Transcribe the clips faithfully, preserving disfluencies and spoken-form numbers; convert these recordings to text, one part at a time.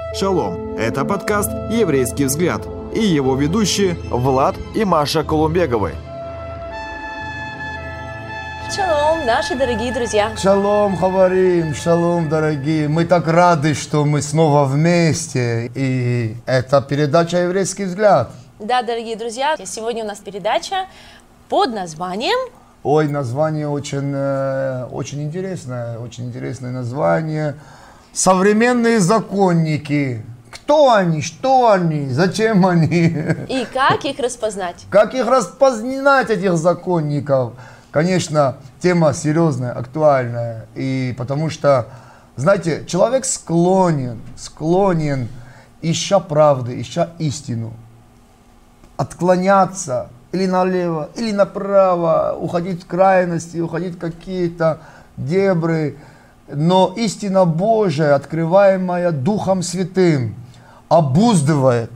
Шалом! Это подкаст «Еврейский взгляд» и его ведущие Влад и Маша Колумбеговы. Шалом, наши дорогие друзья! Шалом, хаварим, шалом, дорогие! Мы так рады, что мы снова вместе, и это передача «Еврейский взгляд». Да, дорогие друзья, сегодня у нас передача под названием... Ой, название очень, очень интересное, очень интересное название. Современные законники. Кто они, что они, зачем они? И как их распознать? Как их распознать, этих законников? Конечно, тема серьезная, актуальная. И потому что, знаете, человек склонен, склонен, ища правды, ища истину, отклоняться или налево, или направо, уходить в крайности, уходить в какие-то дебри. Но истина Божия, открываемая Духом Святым, обуздывает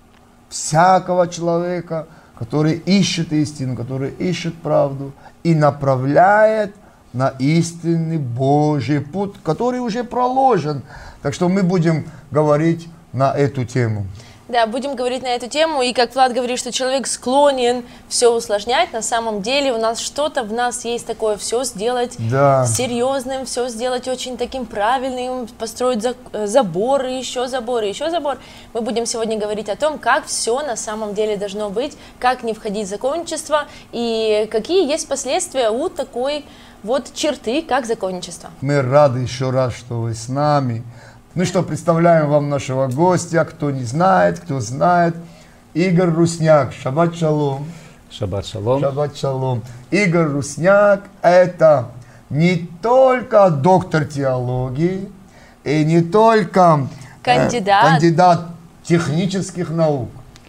всякого человека, который ищет истину, который ищет правду, и направляет на истинный Божий путь, который уже проложен. Так что мы будем говорить на эту тему. Да, будем говорить на эту тему, и как Влад говорит, что человек склонен все усложнять, на самом деле у нас что-то в нас есть такое, все сделать да. серьезным, все сделать очень таким правильным, построить за, заборы, еще заборы, еще забор. Мы будем сегодня говорить о том, как все на самом деле должно быть, как не входить в законничество, и какие есть последствия у такой вот черты, как законничество. Мы рады еще раз, что вы с нами. Ну что, представляем вам нашего гостя, кто не знает, кто знает. Игорь Русняк, шаббат шалом. Шаббат шалом. Шаббат шалом. Игорь Русняк – это не только доктор теологии, и не только кандидат, э, кандидат технических наук.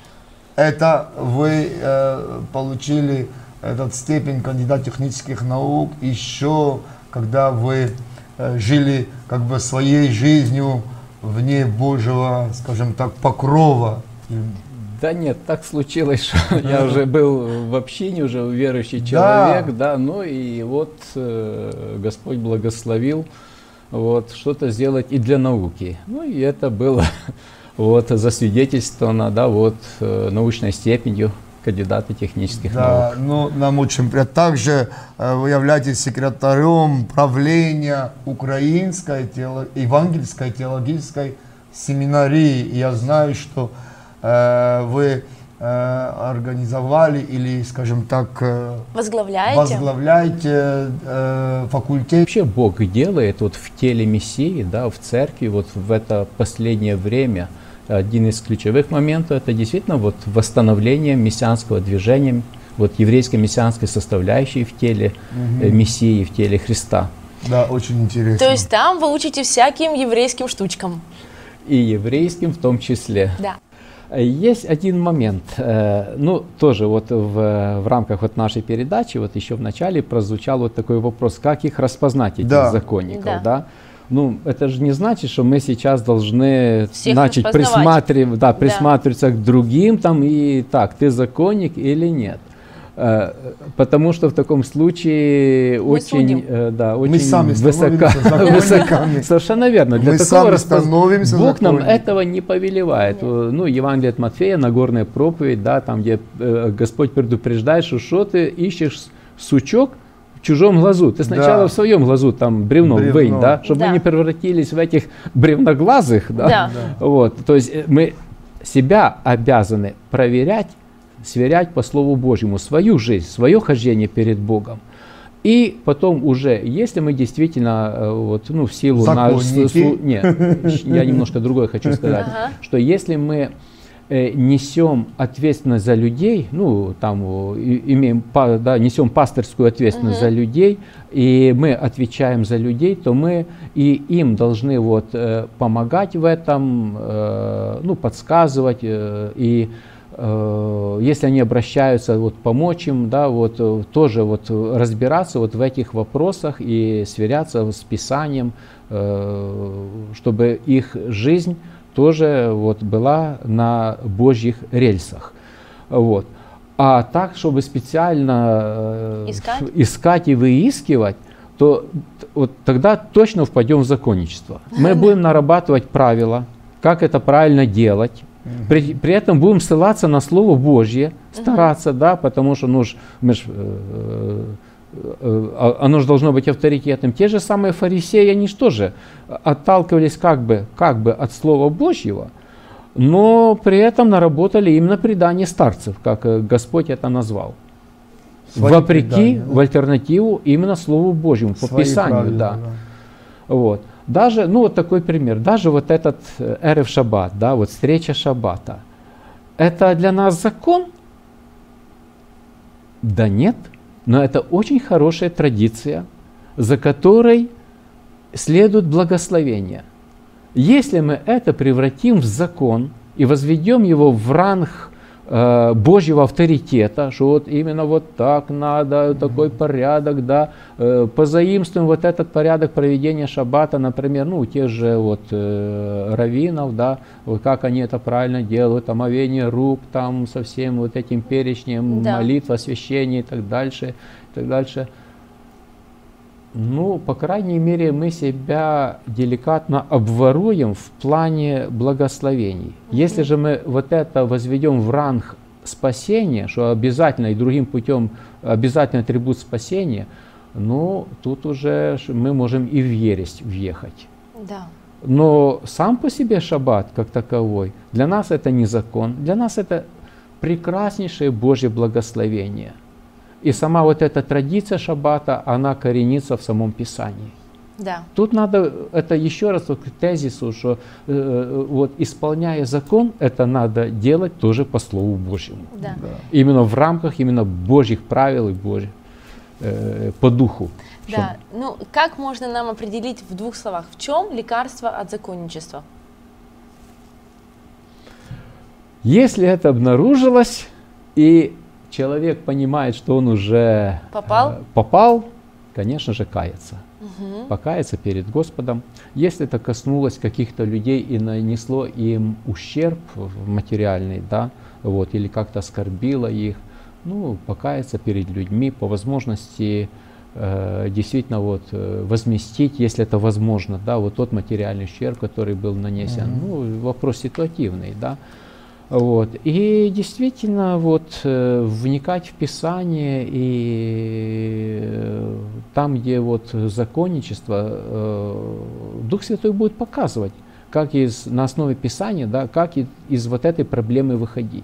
Это вы э, получили этот степень кандидат технических наук еще, когда вы жили как бы своей жизнью вне Божьего, скажем так, покрова. Да нет, так случилось, что я уже был в общине, уже верующий человек, да, да ну и вот э, Господь благословил вот что-то сделать и для науки. Ну и это было вот засвидетельствовано, да, вот э, научной степенью кандидата технических да, наук. Ну, нам очень приятно. Также э, вы являетесь секретарем правления Украинской теолог... евангельской теологической семинарии. И я знаю, что э, вы э, организовали или, скажем так, э, возглавляете, возглавляете э, факультет. Вообще Бог делает вот в теле Мессии, да, в церкви, вот в это последнее время. Один из ключевых моментов – это действительно вот восстановление мессианского движения, вот еврейской мессианской составляющей в теле угу. Мессии, в теле Христа. Да, очень интересно. То есть там вы учите всяким еврейским штучкам. И еврейским в том числе. Да. Есть один момент, ну тоже вот в, в рамках вот нашей передачи, вот еще в начале прозвучал вот такой вопрос, как их распознать, этих да. законников, да. да? Ну, это же не значит, что мы сейчас должны всех начать присматрив... да, присматриваться да. к другим, там, и так, ты законник или нет. Потому что в таком случае мы очень, да, очень мы сами высоко, высоко, совершенно верно. Для мы такого распоз... Бог нам этого не повелевает. Нет. Ну, Евангелие от Матфея, Нагорная проповедь, да, там, где Господь предупреждает, что, что ты ищешь сучок в чужом глазу. Ты сначала да. в своем глазу там бревно, бревно. вынь, да, чтобы да. мы не превратились в этих бревноглазых. Да? Да. Вот. То есть мы себя обязаны проверять, сверять по Слову Божьему свою жизнь, свое хождение перед Богом. И потом уже, если мы действительно, вот, ну, в силу... Законники. На, нет, я немножко другое хочу сказать, ага. что если мы э, несем ответственность за людей, ну, там, имеем, да, несем пастырскую ответственность ага. за людей, и мы отвечаем за людей, то мы и им должны вот, э, помогать в этом, э, ну, подсказывать э, и... если они обращаются, вот, помочь им, да, вот, тоже вот, разбираться вот в этих вопросах и сверяться с Писанием, чтобы их жизнь тоже вот, была на Божьих рельсах. Вот. А так, чтобы специально искать, искать и выискивать, то вот, тогда точно впадем в законничество. Мы будем нарабатывать правила, как это правильно делать. При, при этом будем ссылаться на Слово Божье, стараться, угу. да, потому что ну, ж, мы ж, э, э, оно же должно быть авторитетным. Те же самые фарисеи, они же тоже отталкивались как бы, как бы от Слова Божьего, но при этом наработали именно предание старцев, как Господь это назвал. Свои Вопреки, предания, да? В альтернативу именно Слову Божьему, по Свои Писанию. Правила, да. Да. Вот. Даже, ну вот такой пример, даже вот этот Эрев Шаббат, да, вот встреча Шаббата, это для нас закон? Да нет, но это очень хорошая традиция, за которой следует благословение. Если мы это превратим в закон и возведем его в ранг э, Божьего авторитета, что вот именно вот так надо, такой порядок, да, э, позаимствуем вот этот порядок проведения шаббата, например, ну, у тех же вот э, раввинов, да, вот как они это правильно делают, омовение рук там со всем вот этим перечнем, да. молитв, освящение и так дальше, и так дальше. Ну, по крайней мере, мы себя деликатно обворуем в плане благословений. Mm-hmm. Если же мы вот это возведем в ранг спасения, что обязательно и другим путем обязательно атрибут спасения, ну, тут уже мы можем и в ересь въехать. Да. Но сам по себе шаббат как таковой, для нас это не закон, для нас это прекраснейшее Божье благословение. И сама вот эта традиция шаббата, она коренится в самом Писании. Да. Тут надо, это еще раз к тезису, что э, вот исполняя закон, это надо делать тоже по Слову Божьему. Да. Да. Именно в рамках именно Божьих правил и Божьих, э, по духу. Да. Ну, как можно нам определить в двух словах, в чем лекарство от законничества? Если это обнаружилось, и человек понимает, что он уже попал, э, попал конечно же, каяться. Угу. Покаяться перед Господом. Если это коснулось каких-то людей и нанесло им ущерб материальный, да, вот, или как-то оскорбило их, ну, покаяться перед людьми, по возможности э, действительно вот, возместить, если это возможно, да, вот тот материальный ущерб, который был нанесен. Mm-hmm. Ну, вопрос ситуативный, да. Вот. И действительно вот, э, вникать в Писание, и э, там, где вот законничество, э, Дух Святой будет показывать, как из, на основе Писания, да, как из, из вот этой проблемы выходить.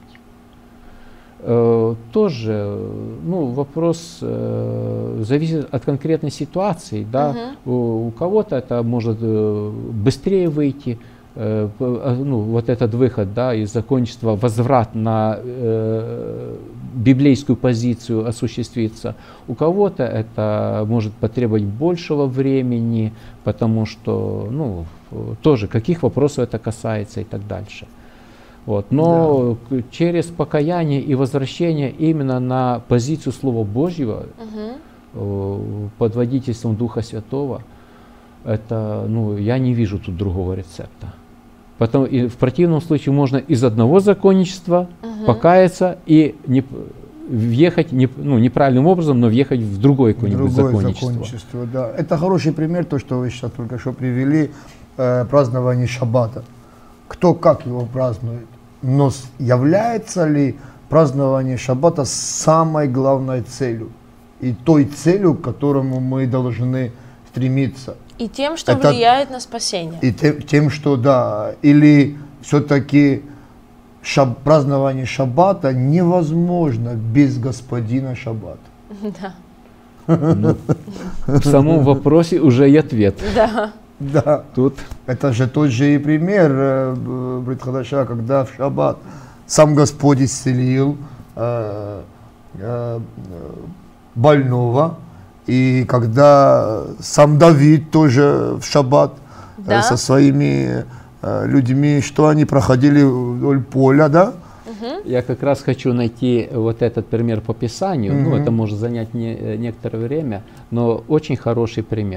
Э, тоже, ну, вопрос э, зависит от конкретной ситуации, да. Uh-huh. у, у кого-то это может э, быстрее выйти, э, ну, вот этот выход, да, из законничества, возврат на э, библейскую позицию осуществиться. У кого-то это может потребовать большего времени, потому что, ну, тоже каких вопросов это касается и так дальше. Вот. Но да. через покаяние и возвращение именно на позицию Слова Божьего, угу. под водительством Духа Святого, это, ну, я не вижу тут другого рецепта. Потом, и в противном случае можно из одного законничества угу. покаяться и не, въехать не, ну, неправильным образом, но въехать в другое какое-нибудь законничество. законничество да. Это хороший пример, то, что вы сейчас только что привели, э, празднование Шаббата. Кто как его празднует, но является ли празднование Шаббата самой главной целью и той целью, к которому мы должны стремиться? И тем, что Это, влияет на спасение. И тем, тем что да, или все-таки шаб, празднование Шаббата невозможно без Господина Шаббата. Да. Ну, в самом вопросе уже и ответ. Да. Да, тут это же тот же и пример Брит Хадаша, когда в Шаббат сам Господь исцелил э, э, больного, и когда сам Давид тоже в Шаббат да. э, со своими э, людьми, что они проходили вдоль поля, да? Угу. Я как раз хочу найти вот этот пример по Писанию, угу. ну это может занять не, некоторое время, но очень хороший пример.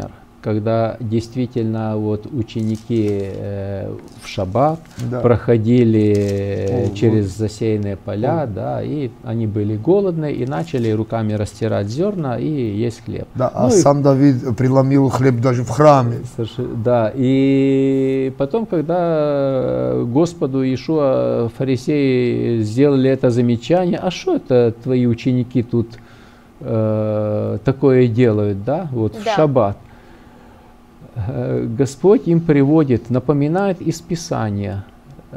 когда действительно вот ученики э, в шаббат Да. проходили О, через вот. засеянные поля, О. да, и они были голодны и начали руками растирать зерна и есть хлеб. Да, Ну а и сам Давид преломил хлеб даже в храме. Соверш- Да, и потом, когда Господу Иешуа фарисеи сделали это замечание, а что это твои ученики тут э, такое делают, да, вот в Да. шаббат? Э, Господь им приводит, напоминает из Писания.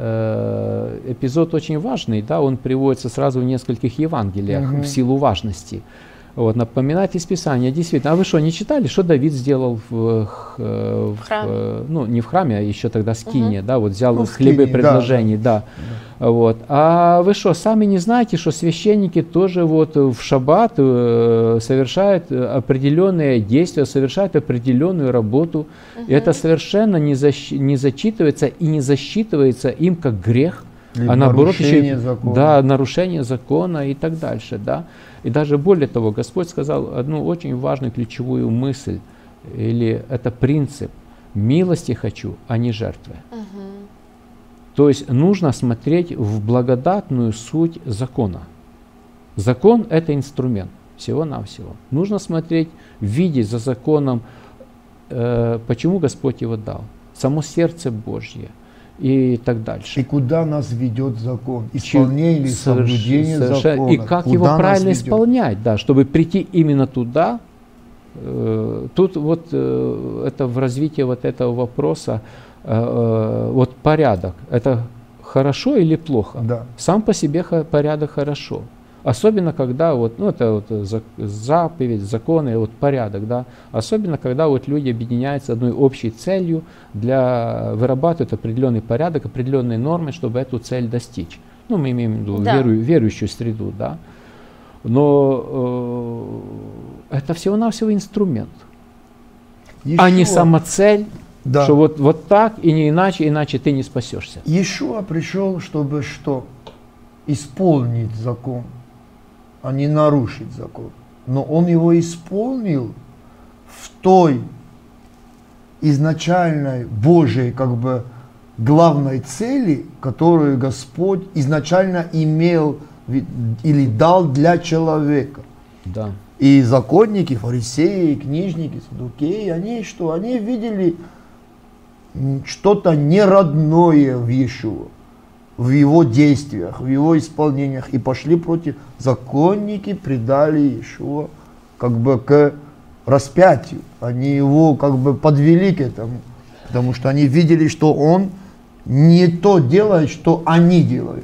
Э, Эпизод очень важный, да, он приводится сразу в нескольких Евангелиях Мгм. в силу важности. Вот, напоминать из Писания, действительно. А вы что, не читали, что Давид сделал в, х- э, в, храме. э, ну, не в храме, а еще тогда скине, да, вот взял Ну, в хлебы скинии, да, предложений, да. Вот. А вы что, сами не знаете, что священники тоже вот в шаббат э, совершают определенные действия, совершают определенную работу. И это совершенно не, защ- не зачитывается и не засчитывается им как грех, Или а наоборот еще нарушение и- закона. да, нарушение закона и так дальше, да. И даже более того, Господь сказал одну очень важную ключевую мысль, или это принцип: милости хочу, а не жертвы. То есть нужно смотреть в благодатную суть закона. Закон – это инструмент, всего-навсего. Нужно смотреть, видеть за законом, э, почему Господь его дал, само сердце Божье и так дальше. И куда нас ведет закон? Исполнение или Соверш- соблюдение совершенно- закона? И как Куда его нас правильно ведет? исполнять, да, чтобы прийти именно туда. Э, Тут вот э, это в развитии вот этого вопроса, э, э, вот порядок, это хорошо или плохо? Да. Сам по себе ха- порядок хорошо. Особенно когда вот, ну это вот за- заповедь, законы, вот порядок, да. Особенно когда вот люди объединяются одной общей целью, для вырабатывают определенный порядок, определенные нормы, чтобы эту цель достичь. Ну мы имеем в виду Да. веру- верующую среду, да. Но э, это всего-навсего инструмент, а не Иешуа- сама цель, Да. что вот, вот так и не иначе, иначе ты не спасешься. Иешуа пришел, чтобы что? Исполнить закон, а не нарушить закон. Но он его исполнил в той изначальной Божьей, как бы, главной цели, которую Господь изначально имел ви- или дал для человека. Да. И законники, фарисеи, книжники, саддукеи, они что? Они видели м, что-то неродное в Иешуа, в его действиях, в его исполнениях, и пошли против. Законники предали Иешуа как бы к распятию. Они его как бы подвели к этому, потому что они видели, что он не то делает, что они делают.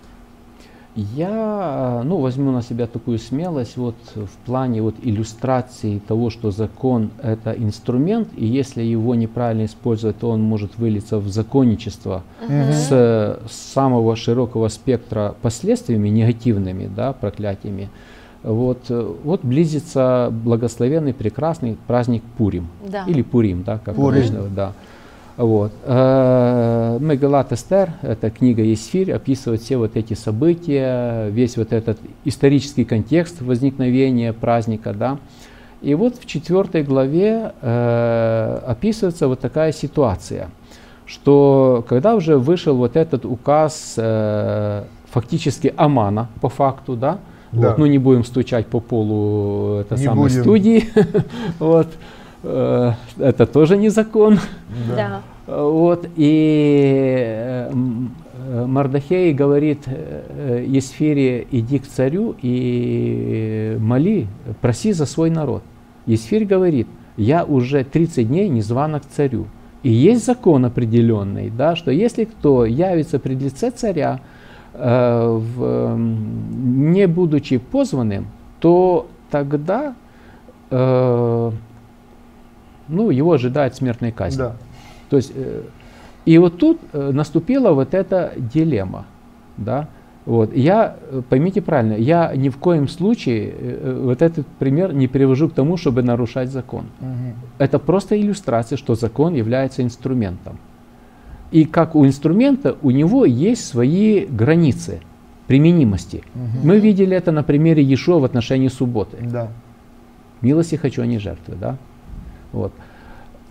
Я, ну, возьму на себя такую смелость вот в плане вот иллюстрации того, что закон – это инструмент, и если его неправильно использовать, то он может вылиться в законничество с, э, самого широкого спектра последствиями негативными, да, проклятиями. Вот, э, вот близится благословенный, прекрасный праздник Пурим, Да. или Пурим, да, как Пурим. обычно, да. Вот. Э, Мегалат Эстер, это книга Есфирь, описывает все вот эти события, весь вот этот исторический контекст возникновения праздника, да. И вот в четвертой главе э, описывается вот такая ситуация, что когда уже вышел вот этот указ э, фактически Амана по факту, да, Да. вот, ну не будем стучать по полу этой Не самой будем. студии, вот. Э, это тоже не закон. Да. Вот, и э, м, э, Мардохей говорит э, Есфире: иди к царю и моли, проси за свой народ. Есфирь говорит: я уже тридцать дней не звана к царю. И есть закон определенный, да, что если кто явится пред лице царя, э, в, м, не будучи позванным, то тогда э, ну, его ожидает смертная казнь. Да. То есть, э, и вот тут э, наступила вот эта дилемма, да. Вот. Я, э, поймите правильно, я ни в коем случае э, э, вот этот пример не привожу к тому, чтобы нарушать закон. Мгм. Это просто иллюстрация, что закон является инструментом. И как у инструмента, у него есть свои границы применимости. Мгм. Мы видели это на примере Иешуа в отношении субботы. Да. Милости хочу, а не жертвы, да? Вот.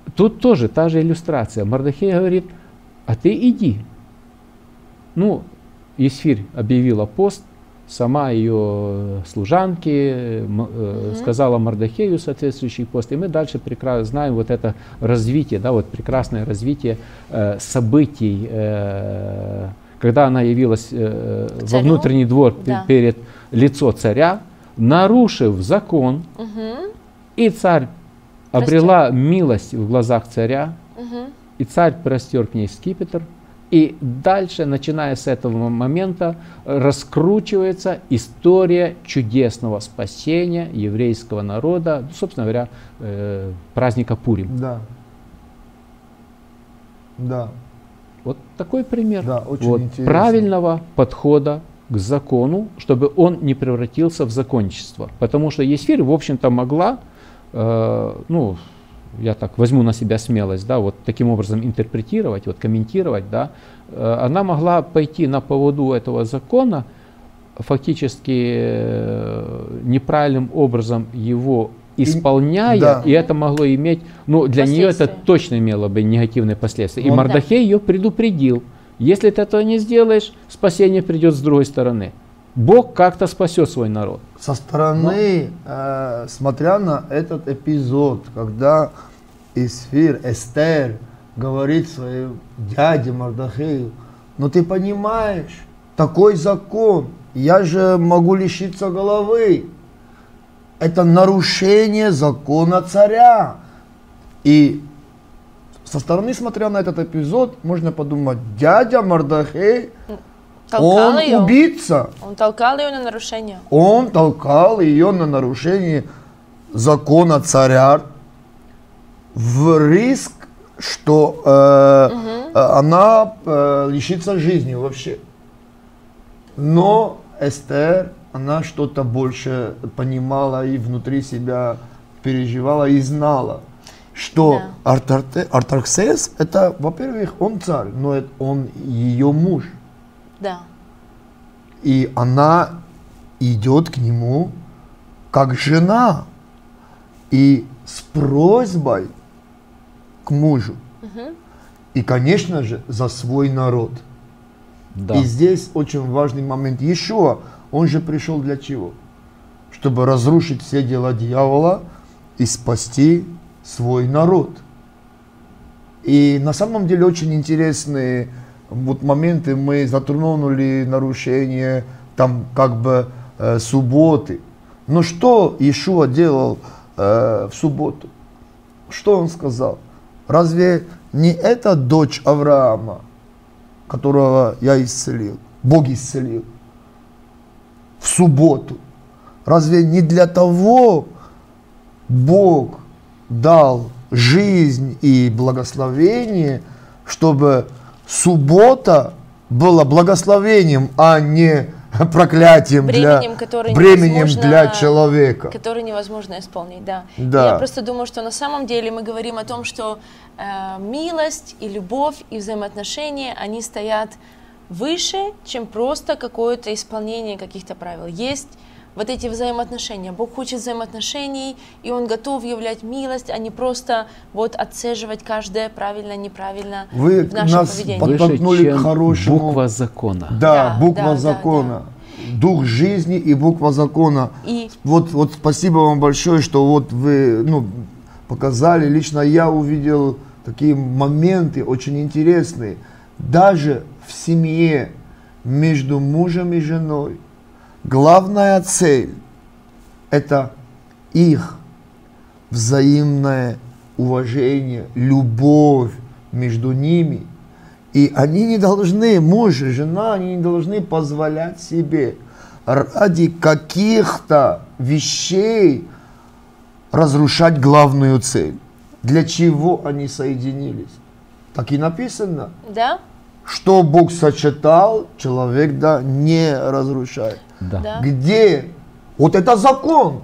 тут тоже та же иллюстрация. Мардохей говорит, а ты иди. Ну, Есфирь объявила пост, сама ее служанки э, э, сказала Мардохею соответствующий пост, и мы дальше прекрасно знаем вот это развитие, да, вот прекрасное развитие э, событий, э, когда она явилась э, во внутренний двор да. перед лицо царя, нарушив закон, угу. и царь обрела милость в глазах царя, угу. и царь простер к ней скипетр. И дальше, начиная с этого момента, раскручивается история чудесного спасения еврейского народа, собственно говоря, э, праздника Пурим. Да. Да. Вот такой пример Да, очень вот, интересно. правильного подхода к закону, чтобы он не превратился в законничество. Потому что Есфирь, в общем-то, могла, э, ну, я так возьму на себя смелость, да, вот таким образом интерпретировать, вот комментировать, да, э, она могла пойти на поводу этого закона, фактически э, неправильным образом его исполняя, и, да. и это могло иметь, ну, для нее это точно имело бы негативные последствия. И Он, Мардохей да. ее предупредил, если ты этого не сделаешь, спасение придет с другой стороны. Бог как-то спасет свой народ. Со стороны, э, смотря на этот эпизод, когда Есфирь, Эстер говорит своему дяде Мардохею, ну ты понимаешь, такой закон, я же могу лишиться головы. Это нарушение закона царя. И со стороны, смотря на этот эпизод, можно подумать, дядя Мардохей, толкал он ее. убийца. Он толкал ее на нарушение. Он толкал ее на нарушение закона царя в риск, что э, угу. она э, лишится жизни вообще. Но Эстер, она что-то больше понимала и внутри себя переживала и знала, что да. Артарте, Артарксеркс, это, во-первых, он царь, но это он ее муж. Да. И она идет к нему как жена и с просьбой к мужу. Угу. И, конечно же, за свой народ. Да. И здесь очень важный момент. Еще он же пришел для чего? Чтобы разрушить все дела дьявола и спасти свой народ. И на самом деле очень интересные вот моменты. Мы затронули нарушение там как бы э, субботы. Но что Иешуа делал э, в субботу? Что он сказал? Разве не эта дочь Авраама, которого я исцелил, Бог исцелил в субботу? Разве не для того Бог дал жизнь и благословение, чтобы суббота была благословением, а не проклятием, бременем, для, бременем для человека. Который невозможно исполнить, да. да. Я просто думаю, что на самом деле мы говорим о том, что э, милость и любовь и взаимоотношения, они стоят выше, чем просто какое-то исполнение каких-то правил. Есть вот эти взаимоотношения. Бог хочет взаимоотношений, и Он готов являть милость, а не просто вот отцеживать каждое правильно, неправильно Вы в нашем нас поведении. подтолкнули к хорошему. Буква закона. Да, Да, буква да, закона. да, Дух жизни и буква закона. И... Вот, вот спасибо вам большое, что вот вы ну, показали. Лично я увидел такие моменты очень интересные. Даже в семье между мужем и женой главная цель – это их взаимное уважение, любовь между ними. И они не должны, муж и жена, они не должны позволять себе ради каких-то вещей разрушать главную цель. Для чего они соединились? Так и написано. Да? Что Бог сочетал, человек да не разрушает. Да. Да. Где? Вот это закон.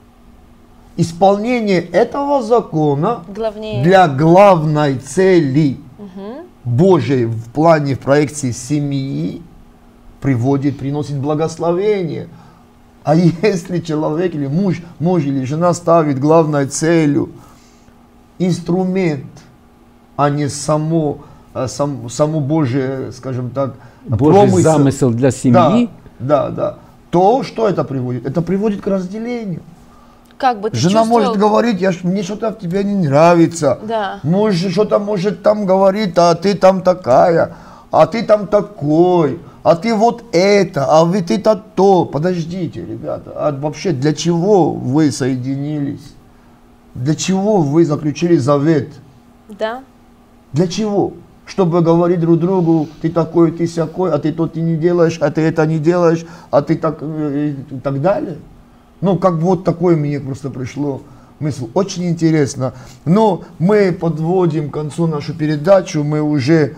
Исполнение этого закона Главнее. для главной цели Угу. Божьей в плане, в проекции семьи приводит, приносит благословение. А если человек или муж, муж или жена ставит главной целью инструмент, а не само, сам, само Божие, скажем так, Божий промысел. замысел для семьи. Да, да, да. То, что это приводит? Это приводит к разделению. Как бы ты Жена чувствовал... может говорить, я, мне что-то в тебе не нравится. Да. Муж что-то может там говорить, а ты там такая, а ты там такой, а ты вот это, а вы ты-то то. Подождите, ребята, а вообще для чего вы соединились? Для чего вы заключили завет? Да. Для чего? Чтобы говорить друг другу, ты такой, ты сякой, а ты то ты не делаешь, а ты это не делаешь, а ты так и так далее. Ну, как бы вот такое мне просто пришло мысль. Очень интересно. Но мы подводим к концу нашу передачу. Мы уже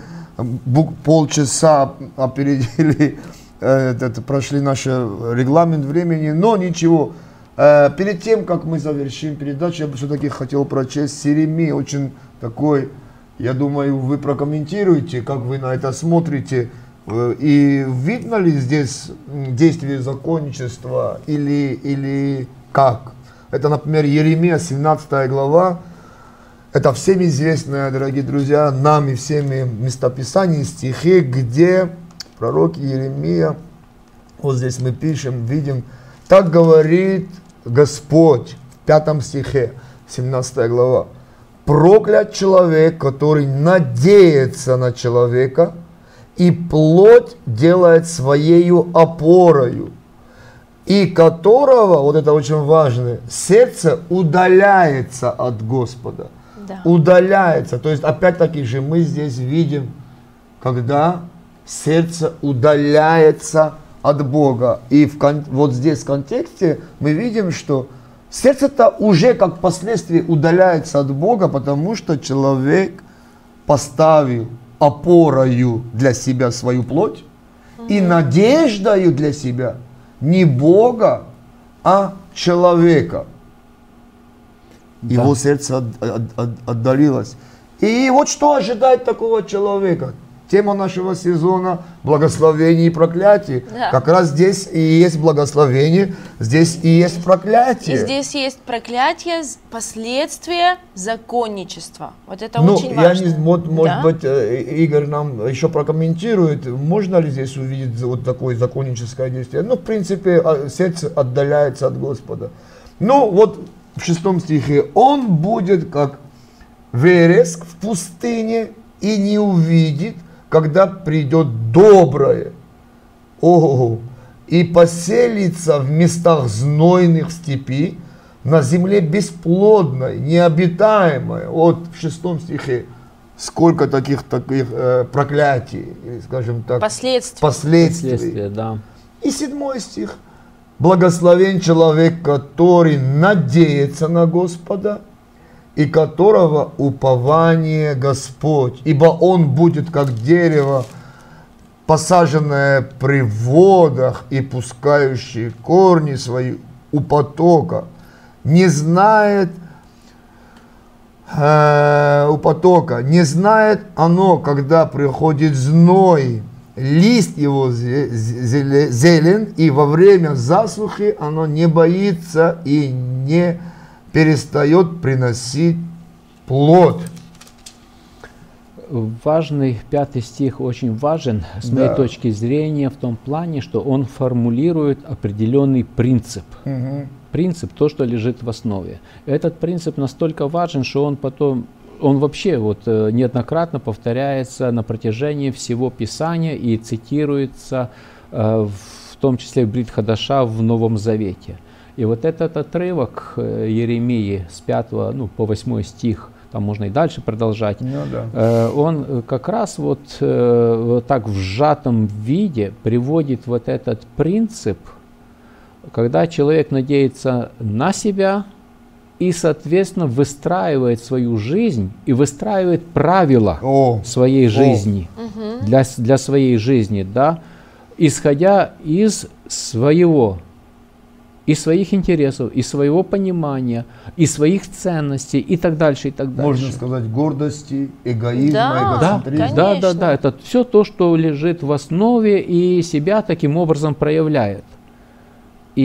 полчаса опередили, это, прошли наш регламент времени. Но ничего. Перед тем, как мы завершим передачу, я бы все-таки хотел прочесть Иеремии. Очень такой, я думаю, вы прокомментируете, как вы на это смотрите. И видно ли здесь действие законничества или, или как? Это, например, Иеремия, семнадцатая глава. Это всем известное, дорогие друзья, нами всеми местописания, стихи, где пророк Иеремия, вот здесь мы пишем, видим, так говорит Господь в пятом стихе, семнадцатая глава. Проклят человек, который надеется на человека, и плоть делает своею опорою, и которого, вот это очень важно, сердце удаляется от Господа. Да. Удаляется. То есть, опять-таки же, мы здесь видим, когда сердце удаляется от Бога. И в, вот здесь в контексте мы видим, что сердце-то уже как последствие удаляется от Бога, потому что человек поставил опорою для себя свою плоть угу. и надеждою для себя не Бога, а человека. Да. Его сердце от, от, от, отдалилось. И вот что ожидает такого человека? Тема нашего сезона – благословение и проклятие. Да. Как раз здесь и есть благословение, здесь и есть проклятие. И здесь есть проклятие, последствия законничества. Вот это ну, очень важно. Я не, вот, да? Может быть, Игорь нам еще прокомментирует, можно ли здесь увидеть вот такое законническое действие. Ну, в принципе, сердце отдаляется от Господа. Ну, вот в шестом стихе. «Он будет, как вереск в пустыне, и не увидит, когда придет доброе, ого, и поселится в местах знойных в степи, на земле бесплодной, необитаемой». Вот в шестом стихе сколько таких таких э, проклятий, скажем так, последствий. последствий. Последствия, да. И седьмой стих. «Благословен человек, который надеется на Господа, и которого упование Господь, ибо он будет как дерево, посаженное при водах и пускающее корни свои у потока, не знает э, у потока, не знает оно, когда приходит зной, лист его зелен, и во время засухи оно не боится и не перестает приносить плод». Важный пятый стих очень важен с моей да. точки зрения в том плане, что он формулирует определенный принцип. Угу. Принцип, то, что лежит в основе. Этот принцип настолько важен, что он потом, он вообще вот неоднократно повторяется на протяжении всего Писания и цитируется э, в том числе в Брит Хадаша в Новом Завете. И вот этот отрывок Иеремии с пятого ну, по восьмой стих, там можно и дальше продолжать, ну, да. э, он как раз вот, э, вот так в сжатом виде приводит вот этот принцип, когда человек надеется на себя и, соответственно, выстраивает свою жизнь и выстраивает правила О, своей жизни, о. Для, для своей жизни, да, исходя из своего и своих интересов, и своего понимания, и своих ценностей, и так дальше, и так дальше. Можно сказать, гордости, эгоизма, да, эгоцентризма. Да, да, да, да, это все то, что лежит в основе и себя таким образом проявляет.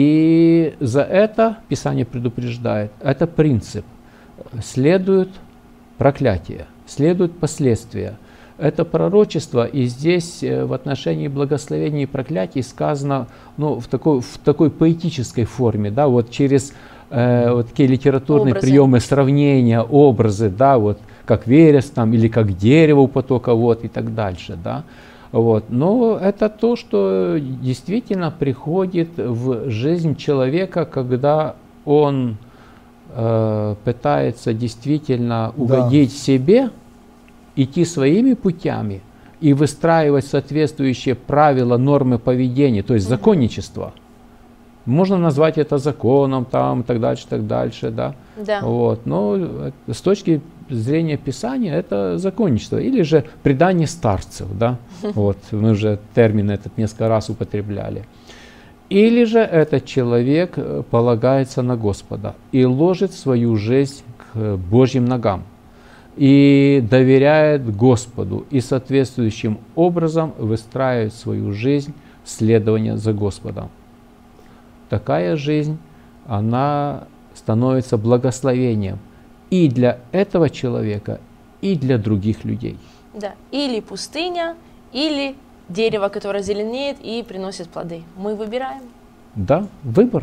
И за это Писание предупреждает. Это принцип. Следует проклятие, следуют последствия. Это пророчество, и здесь в отношении благословений и проклятий сказано, ну, в такой, в такой поэтической форме, да, вот через э, вот такие литературные образы. приемы сравнения, образы, да, вот как вереск там, или как дерево у потока вод и так дальше, да. Вот. Но это то, что действительно приходит в жизнь человека, когда он э, пытается действительно угодить да. себе, идти своими путями и выстраивать соответствующие правила, нормы поведения, то есть законничество. Можно назвать это законом, там, и так дальше, так дальше, да. Да. Вот. Но с точки зрения Писания это законничество, или же предание старцев, да. Вот. Мы уже термин этот несколько раз употребляли. Или же этот человек полагается на Господа и ложит свою жизнь к Божьим ногам и доверяет Господу, и соответствующим образом выстраивает свою жизнь в следование за Господом. Такая жизнь, она становится благословением и для этого человека, и для других людей. Да, или пустыня, или дерево, которое зеленеет и приносит плоды. Мы выбираем. Да, выбор.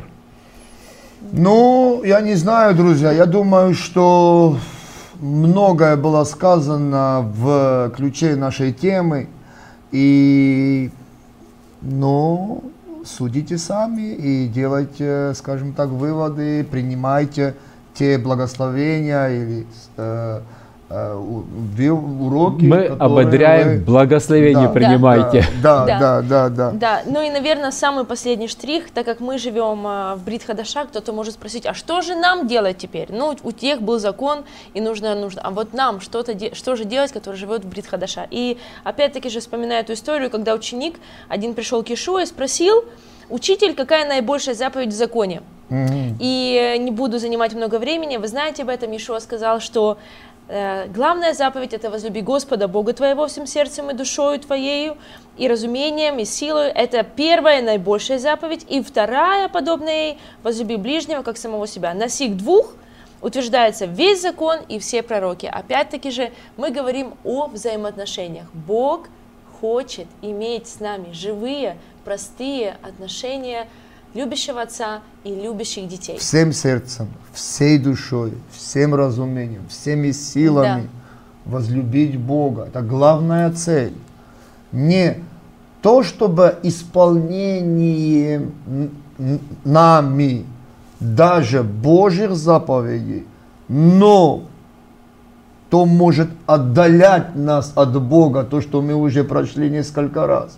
Ну, я не знаю, друзья, я думаю, что многое было сказано в ключе нашей темы, и, ну, судите сами и делайте, скажем так, выводы, принимайте те благословения или э, э, уроки, мы ободряем, вы... благословение да, принимайте. Да, Да. да, да, да, да. Да, ну и, наверное, самый последний штрих, так как мы живем а, в Брит Хадаша, кто-то может спросить, а что же нам делать теперь? Ну, у тех был закон, и нужно, нужно, а вот нам что-то, де- что же делать, который живет в Брит Хадаша? И опять-таки же вспоминаю эту историю, когда ученик один пришел к Иешуа и спросил, учитель, какая наибольшая заповедь в законе? Mm-hmm. И не буду занимать много времени, вы знаете об этом, Иешуа сказал, что э, главная заповедь – это возлюби Господа, Бога твоего всем сердцем и душою твоею, и разумением, и силой. Это первая, наибольшая заповедь. И вторая, подобная ей, возлюби ближнего, как самого себя. На сих двух утверждается весь закон и все пророки. Опять-таки же мы говорим о взаимоотношениях. Бог хочет иметь с нами живые, простые отношения любящего отца и любящих детей. Всем сердцем, всей душой, всем разумением, всеми силами да. возлюбить Бога. Это главная цель. Не то, чтобы исполнение нами даже Божьих заповедей, но то может отдалять нас от Бога, то, что мы уже прошли несколько раз.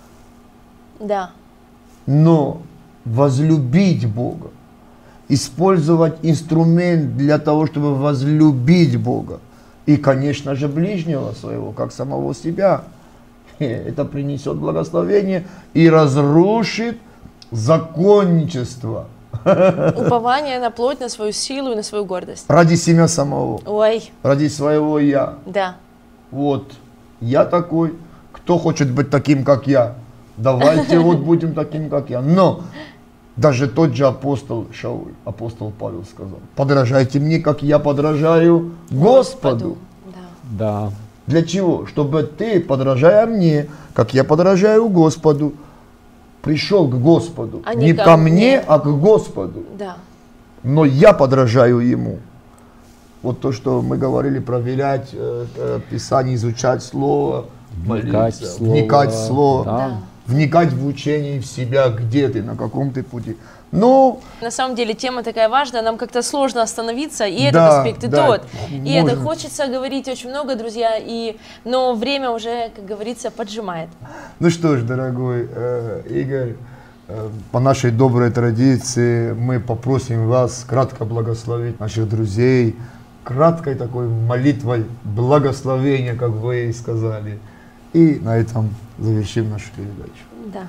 Да. Но возлюбить Бога, использовать инструмент для того, чтобы возлюбить Бога, и, конечно же, ближнего своего, как самого себя, это принесет благословение и разрушит законничество. Упование на плоть, на свою силу и на свою гордость. Ради себя самого. Ой. Ради своего я. Да. Вот, я такой, кто хочет быть таким, как я? Давайте вот будем таким, как я. Но даже тот же апостол Шауль, апостол Павел сказал, подражайте мне, как я подражаю Господу. Господу. Да. Да. Для чего? Чтобы ты, подражая мне, как я подражаю Господу, пришел к Господу. А не не ко, ко мне, мне, а к Господу. Да. Но я подражаю Ему. Вот то, что мы говорили, проверять э, э, Писание, изучать Слово, вникать молиться, в Слово, вникать в Слово, да. вникать в учение, в себя, где ты, на каком ты пути. Ну, на самом деле тема такая важная, нам как-то сложно остановиться, и этот да, аспект, и да, тот. может. И это хочется говорить очень много, друзья, и, но время уже, как говорится, поджимает. Ну что ж, дорогой э, Игорь, э, по нашей доброй традиции мы попросим вас кратко благословить наших друзей, краткой такой молитвой благословения, как вы и сказали. И на этом завершим нашу передачу. Да.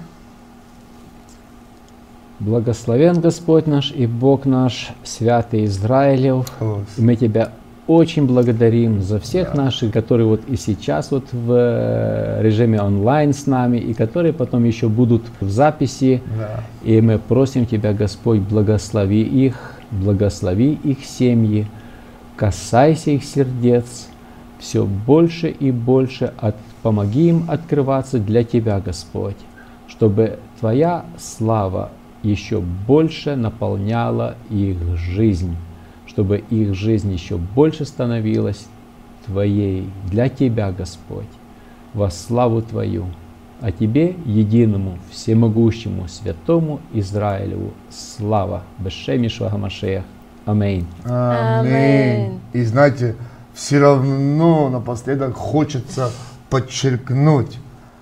Благословен Господь наш и Бог наш, святый Израилев. И мы Тебя очень благодарим за всех да. наших, которые вот и сейчас вот в режиме онлайн с нами, и которые потом еще будут в записи. Да. И мы просим Тебя, Господь, благослови их, благослови их семьи, касайся их сердец все больше и больше, от, помоги им открываться для Тебя, Господь, чтобы Твоя слава еще больше наполняла их жизнь, чтобы их жизнь еще больше становилась Твоей, для Тебя, Господь, во славу Твою. А Тебе, единому, всемогущему, святому Израилеву, слава. Бешем Йешуа ха-Машиах. Аминь. Аминь. И знаете, все равно напоследок хочется подчеркнуть,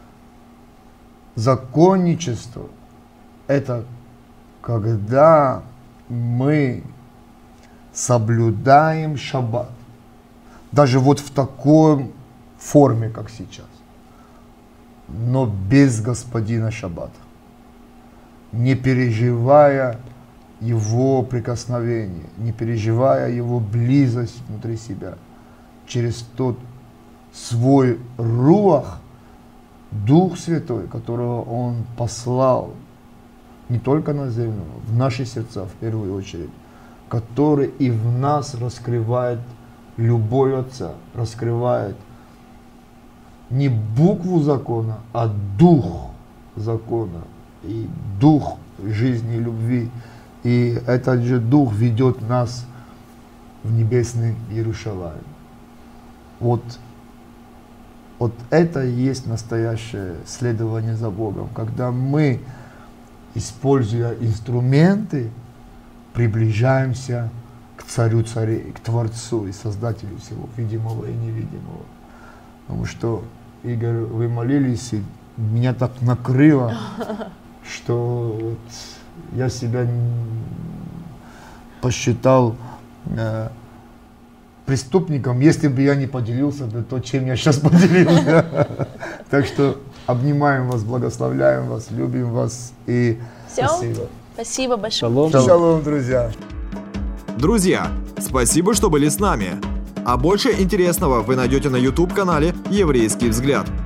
законничество – это когда мы соблюдаем шаббат. Даже вот в такой форме, как сейчас. Но без господина шаббата. Не переживая его прикосновение, не переживая его близость внутри себя. Через тот свой руах, Дух Святой, которого Он послал не только на землю, в наши сердца в первую очередь, который и в нас раскрывает любовь Отца, раскрывает не букву закона, а дух закона и дух жизни и любви. И этот же дух ведет нас в небесный Иерусалим. Вот, вот это и есть настоящее следование за Богом, когда мы, используя инструменты, приближаемся к Царю царей, к Творцу и Создателю всего видимого и невидимого. Потому что, Игорь, вы молились, и меня так накрыло, что вот я себя посчитал э, преступником, если бы я не поделился бы то, чем я сейчас поделился. Так что обнимаем вас, благословляем вас, любим вас и Все? спасибо. Спасибо большое. Шалом. Шалом, друзья. Друзья, спасибо, что были с нами. А больше интересного вы найдете на YouTube-канале «Еврейский взгляд».